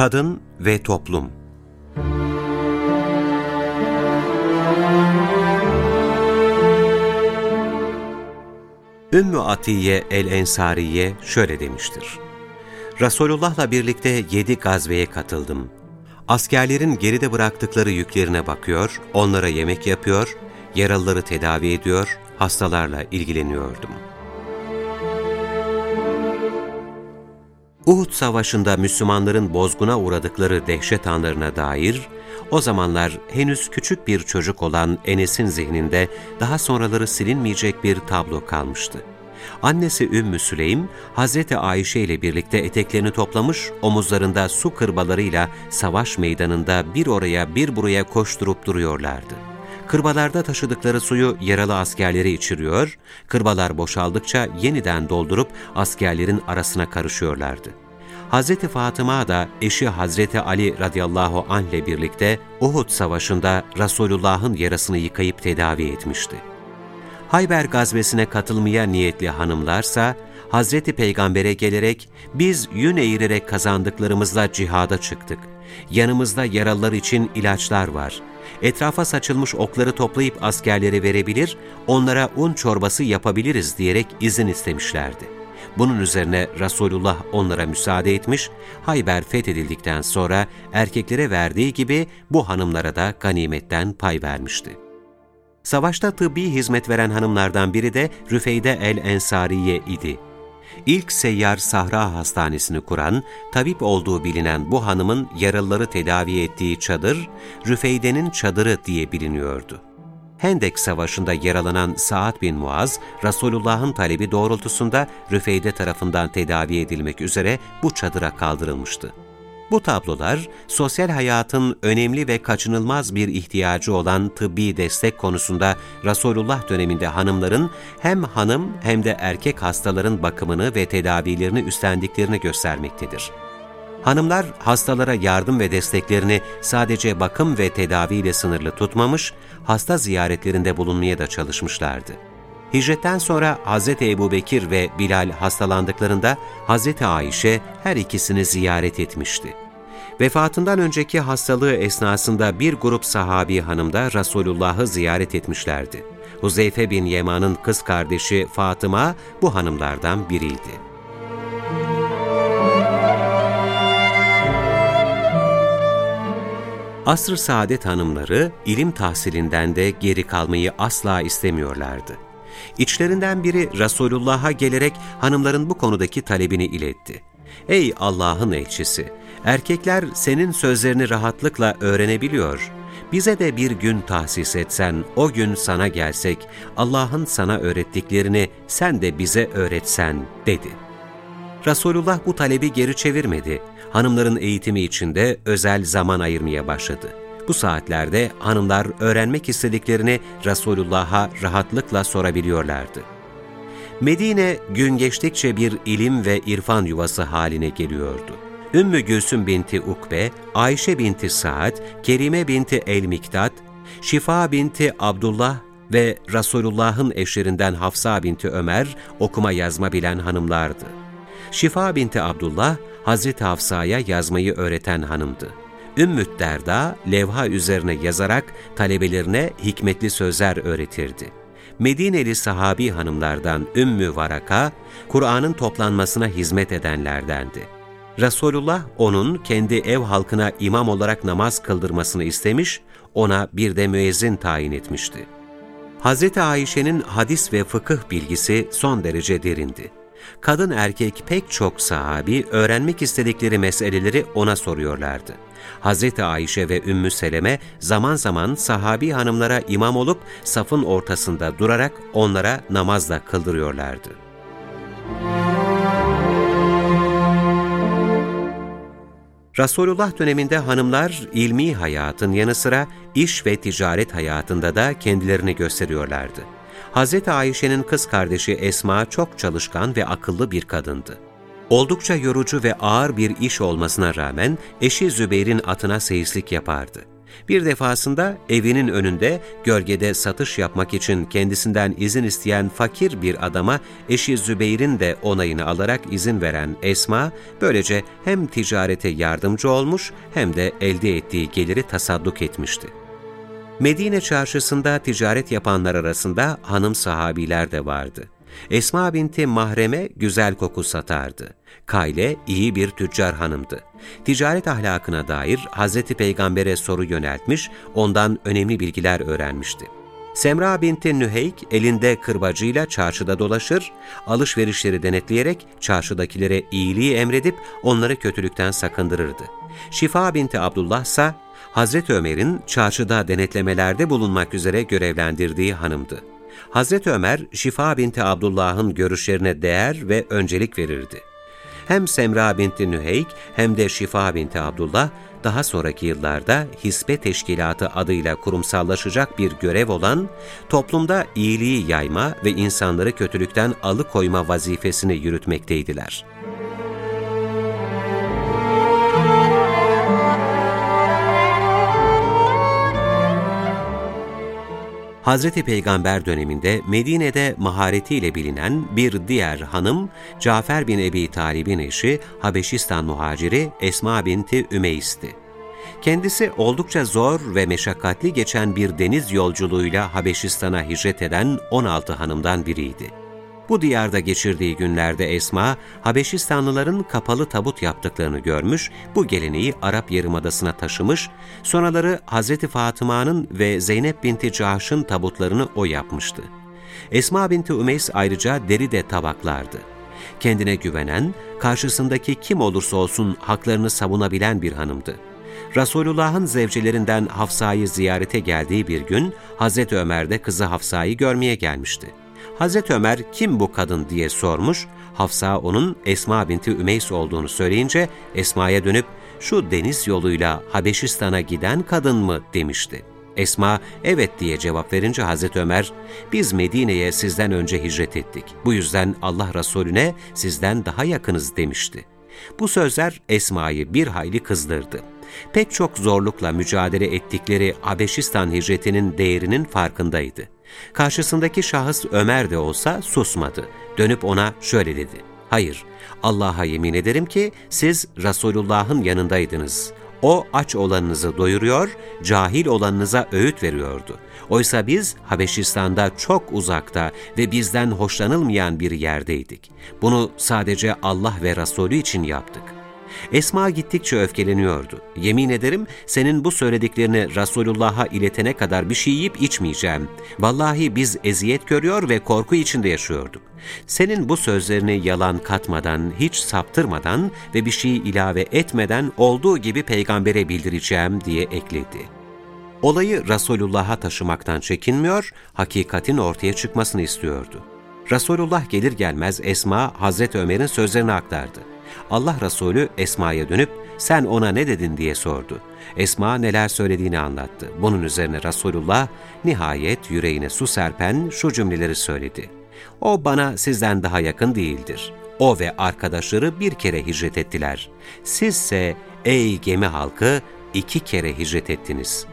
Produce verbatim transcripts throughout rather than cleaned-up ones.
Kadın ve Toplum. Ümmü Atiye el-Ensariye şöyle demiştir: Resulullah'la birlikte yedi gazveye katıldım. Askerlerin geride bıraktıkları yüklerine bakıyor, onlara yemek yapıyor, yaralıları tedavi ediyor, hastalarla ilgileniyordum. Uhud Savaşı'nda Müslümanların bozguna uğradıkları dehşet anlarına dair, o zamanlar henüz küçük bir çocuk olan Enes'in zihninde daha sonraları silinmeyecek bir tablo kalmıştı. Annesi Ümmü Süleym, Hazreti Ayşe ile birlikte eteklerini toplamış, omuzlarında su kırbalarıyla savaş meydanında bir oraya bir buraya koşturup duruyorlardı. Kırbalarda taşıdıkları suyu yaralı askerleri içiriyor, kırbalar boşaldıkça yeniden doldurup askerlerin arasına karışıyorlardı. Hazreti Fatıma da eşi Hazreti Ali radıyallahu anh ile birlikte Uhud Savaşı'nda Resulullah'ın yarasını yıkayıp tedavi etmişti. Hayber gazvesine katılmaya niyetli hanımlarsa, Hazreti Peygamber'e gelerek, biz yün eğirerek kazandıklarımızla cihada çıktık. Yanımızda yaralılar için ilaçlar var. Etrafa saçılmış okları toplayıp askerlere verebilir, onlara un çorbası yapabiliriz diyerek izin istemişlerdi. Bunun üzerine Resulullah onlara müsaade etmiş, Hayber fethedildikten sonra erkeklere verdiği gibi bu hanımlara da ganimetten pay vermişti. Savaşta tıbbi hizmet veren hanımlardan biri de Rüfeyde el-Ensariye idi. İlk seyyar Sahra Hastanesi'ni kuran, tabip olduğu bilinen bu hanımın yaralıları tedavi ettiği çadır, Rüfeyde'nin çadırı diye biliniyordu. Hendek Savaşı'nda yaralanan Sa'd bin Muaz, Resulullah'ın talebi doğrultusunda Rüfeyde tarafından tedavi edilmek üzere bu çadıra kaldırılmıştı. Bu tablolar, sosyal hayatın önemli ve kaçınılmaz bir ihtiyacı olan tıbbi destek konusunda Resulullah döneminde hanımların hem hanım hem de erkek hastaların bakımını ve tedavilerini üstlendiklerini göstermektedir. Hanımlar hastalara yardım ve desteklerini sadece bakım ve tedaviyle sınırlı tutmamış, hasta ziyaretlerinde bulunmaya da çalışmışlardı. Hicretten sonra Hazreti Ebubekir ve Bilal hastalandıklarında Hazreti Ayşe her ikisini ziyaret etmişti. Vefatından önceki hastalığı esnasında bir grup sahabi hanım da Resulullah'ı ziyaret etmişlerdi. Huzeyfe bin Yeman'ın kız kardeşi Fatıma bu hanımlardan biriydi. Asr-ı Saadet hanımları ilim tahsilinden de geri kalmayı asla istemiyorlardı. İçlerinden biri Resulullah'a gelerek hanımların bu konudaki talebini iletti. Ey Allah'ın elçisi! Erkekler senin sözlerini rahatlıkla öğrenebiliyor. Bize de bir gün tahsis etsen, o gün sana gelsek, Allah'ın sana öğrettiklerini sen de bize öğretsen, dedi. Resulullah bu talebi geri çevirmedi. Hanımların eğitimi için de özel zaman ayırmaya başladı. Bu saatlerde hanımlar öğrenmek istediklerini Resulullah'a rahatlıkla sorabiliyorlardı. Medine gün geçtikçe bir ilim ve irfan yuvası haline geliyordu. Ümmü Gülsüm binti Ukbe, Ayşe binti Sa'd, Kerime binti el-Miktat, Şifa binti Abdullah ve Resulullah'ın eşlerinden Hafsa binti Ömer okuma yazma bilen hanımlardı. Şifa binti Abdullah, Hazreti Hafsa'ya yazmayı öğreten hanımdı. Ümmü Derda, levha üzerine yazarak talebelerine hikmetli sözler öğretirdi. Medineli sahabi hanımlardan Ümmü Varaka, Kur'an'ın toplanmasına hizmet edenlerdendi. Resulullah onun kendi ev halkına imam olarak namaz kıldırmasını istemiş, ona bir de müezzin tayin etmişti. Hazreti Ayşe'nin hadis ve fıkıh bilgisi son derece derindi. Kadın erkek pek çok sahabi öğrenmek istedikleri meseleleri ona soruyorlardı. Hazreti Ayşe ve Ümmü Seleme zaman zaman sahabi hanımlara imam olup safın ortasında durarak onlara namazla kıldırıyorlardı. Resulullah döneminde hanımlar ilmi hayatın yanı sıra iş ve ticaret hayatında da kendilerini gösteriyorlardı. Hazreti Ayşe'nin kız kardeşi Esma çok çalışkan ve akıllı bir kadındı. Oldukça yorucu ve ağır bir iş olmasına rağmen eşi Zübeyir'in atına seyislik yapardı. Bir defasında evinin önünde gölgede satış yapmak için kendisinden izin isteyen fakir bir adama eşi Zübeyir'in de onayını alarak izin veren Esma, böylece hem ticarete yardımcı olmuş hem de elde ettiği geliri tasadduk etmişti. Medine çarşısında ticaret yapanlar arasında hanım sahabiler de vardı. Esma binti Mahrem'e güzel koku satardı. Kayle iyi bir tüccar hanımdı. Ticaret ahlakına dair Hazreti Peygamber'e soru yöneltmiş, ondan önemli bilgiler öğrenmişti. Semra binti Nüheyk elinde kırbacıyla çarşıda dolaşır, alışverişleri denetleyerek çarşıdakilere iyiliği emredip onları kötülükten sakındırırdı. Şifa binti Abdullah ise Hazreti Ömer'in çarşıda denetlemelerde bulunmak üzere görevlendirdiği hanımdı. Hazreti Ömer, Şifa binti Abdullah'ın görüşlerine değer ve öncelik verirdi. Hem Semra binti Nüheyk hem de Şifa binti Abdullah, daha sonraki yıllarda Hisbe Teşkilatı adıyla kurumsallaşacak bir görev olan, toplumda iyiliği yayma ve insanları kötülükten alıkoyma vazifesini yürütmekteydiler. Hazreti Peygamber döneminde Medine'de maharetiyle bilinen bir diğer hanım, Cafer bin Ebi Talib'in eşi Habeşistan muhaciri Esma binti Ümeys'ti. Kendisi oldukça zor ve meşakkatli geçen bir deniz yolculuğuyla Habeşistan'a hicret eden on altı hanımdan biriydi. Bu diyarda geçirdiği günlerde Esma, Habeşistanlıların kapalı tabut yaptıklarını görmüş, bu geleneği Arap Yarımadası'na taşımış, sonraları Hazreti Fatıma'nın ve Zeynep binti Cahş'ın tabutlarını o yapmıştı. Esma binti Ümeys ayrıca deride tabaklardı. Kendine güvenen, karşısındaki kim olursa olsun haklarını savunabilen bir hanımdı. Resulullah'ın zevcelerinden Hafsa'yı ziyarete geldiği bir gün, Hazreti Ömer de kızı Hafsa'yı görmeye gelmişti. Hazreti Ömer kim bu kadın diye sormuş, Hafsa onun Esma binti Ümeys olduğunu söyleyince Esma'ya dönüp şu deniz yoluyla Habeşistan'a giden kadın mı demişti. Esma evet diye cevap verince Hazreti Ömer, biz Medine'ye sizden önce hicret ettik. Bu yüzden Allah Resulüne sizden daha yakınız demişti. Bu sözler Esma'yı bir hayli kızdırdı. Pek çok zorlukla mücadele ettikleri Habeşistan hicretinin değerinin farkındaydı. Karşısındaki şahıs Ömer de olsa susmadı. Dönüp ona şöyle dedi: hayır, Allah'a yemin ederim ki siz Resulullah'ın yanındaydınız. O aç olanınızı doyuruyor, cahil olanınıza öğüt veriyordu. Oysa biz Habeşistan'da çok uzakta ve bizden hoşlanılmayan bir yerdeydik. Bunu sadece Allah ve Resulü için yaptık. Esma gittikçe öfkeleniyordu. Yemin ederim senin bu söylediklerini Resulullah'a iletene kadar bir şey yiyip içmeyeceğim. Vallahi biz eziyet görüyor ve korku içinde yaşıyorduk. Senin bu sözlerini yalan katmadan, hiç saptırmadan ve bir şey ilave etmeden olduğu gibi peygambere bildireceğim diye ekledi. Olayı Resulullah'a taşımaktan çekinmiyor, hakikatin ortaya çıkmasını istiyordu. Resulullah gelir gelmez Esma, Hazreti Ömer'in sözlerini aktardı. Allah Resulü Esma'ya dönüp sen ona ne dedin diye sordu. Esma neler söylediğini anlattı. Bunun üzerine Resulullah nihayet yüreğine su serpen şu cümleleri söyledi. O bana sizden daha yakın değildir. O ve arkadaşları bir kere hicret ettiler. Sizse ey gemi halkı iki kere hicret ettiniz.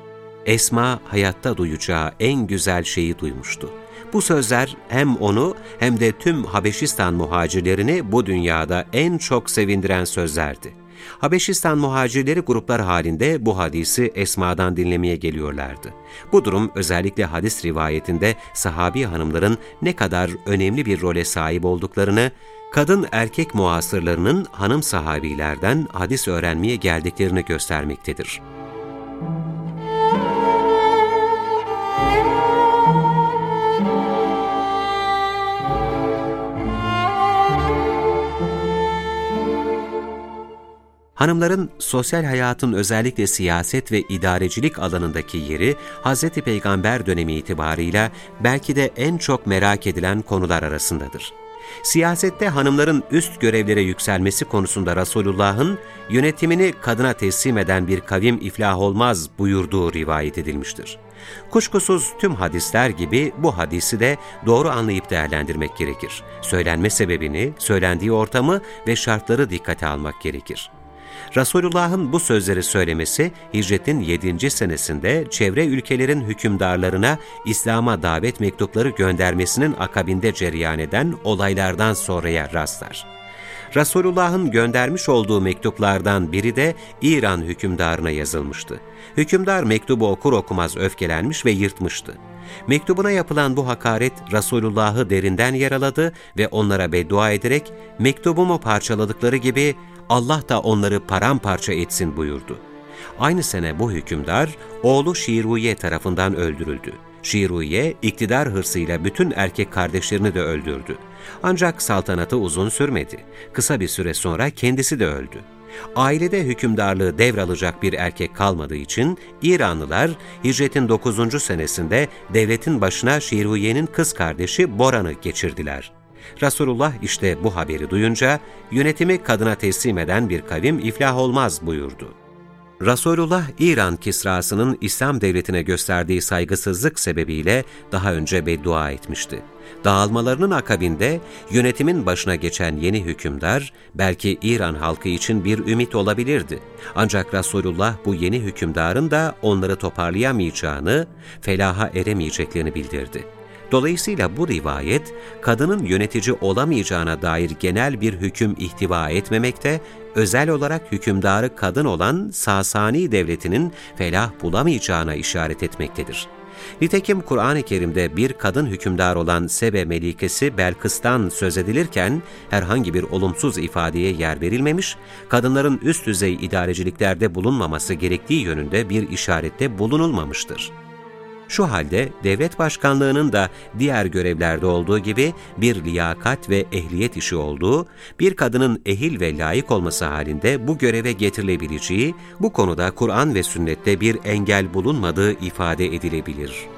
Esma hayatta duyacağı en güzel şeyi duymuştu. Bu sözler hem onu hem de tüm Habeşistan muhacirlerini bu dünyada en çok sevindiren sözlerdi. Habeşistan muhacirleri gruplar halinde bu hadisi Esma'dan dinlemeye geliyorlardı. Bu durum özellikle hadis rivayetinde sahabi hanımların ne kadar önemli bir role sahip olduklarını, kadın erkek muasırlarının hanım sahabilerden hadis öğrenmeye geldiklerini göstermektedir. Hanımların sosyal hayatın özellikle siyaset ve idarecilik alanındaki yeri Hazreti Peygamber dönemi itibarıyla belki de en çok merak edilen konular arasındadır. Siyasette hanımların üst görevlere yükselmesi konusunda Resulullah'ın yönetimini kadına teslim eden bir kavim iflah olmaz buyurduğu rivayet edilmiştir. Kuşkusuz tüm hadisler gibi bu hadisi de doğru anlayıp değerlendirmek gerekir. Söylenme sebebini, söylendiği ortamı ve şartları dikkate almak gerekir. Resulullah'ın bu sözleri söylemesi, hicretin yedinci senesinde çevre ülkelerin hükümdarlarına İslam'a davet mektupları göndermesinin akabinde cereyan eden olaylardan sonraya rastlar. Resulullah'ın göndermiş olduğu mektuplardan biri de İran hükümdarına yazılmıştı. Hükümdar mektubu okur okumaz öfkelenmiş ve yırtmıştı. Mektubuna yapılan bu hakaret Resulullah'ı derinden yaraladı ve onlara beddua ederek mektubumu parçaladıkları gibi Allah da onları paramparça etsin buyurdu. Aynı sene bu hükümdar oğlu Şiruye tarafından öldürüldü. Şiruye iktidar hırsıyla bütün erkek kardeşlerini de öldürdü. Ancak saltanatı uzun sürmedi. Kısa bir süre sonra kendisi de öldü. Ailede hükümdarlığı devralacak bir erkek kalmadığı için İranlılar hicretin dokuzuncu senesinde devletin başına Şiruye'nin kız kardeşi Boran'ı geçirdiler. Resulullah işte bu haberi duyunca yönetimi kadına teslim eden bir kavim iflah olmaz buyurdu. Resulullah, İran Kisrası'nın İslam devletine gösterdiği saygısızlık sebebiyle daha önce beddua etmişti. Dağılmalarının akabinde yönetimin başına geçen yeni hükümdar, belki İran halkı için bir ümit olabilirdi. Ancak Resulullah bu yeni hükümdarın da onları toparlayamayacağını, felaha eremeyeceklerini bildirdi. Dolayısıyla bu rivayet, kadının yönetici olamayacağına dair genel bir hüküm ihtiva etmemekte, özel olarak hükümdarı kadın olan Sasani devletinin felah bulamayacağına işaret etmektedir. Nitekim Kur'an-ı Kerim'de bir kadın hükümdar olan Sebe Melikesi Belkıs'tan söz edilirken herhangi bir olumsuz ifadeye yer verilmemiş, kadınların üst düzey idareciliklerde bulunmaması gerektiği yönünde bir işarette bulunulmamıştır. Şu halde devlet başkanlığının da diğer görevlerde olduğu gibi bir liyakat ve ehliyet işi olduğu, bir kadının ehil ve layık olması halinde bu göreve getirilebileceği, bu konuda Kur'an ve sünnette bir engel bulunmadığı ifade edilebilir.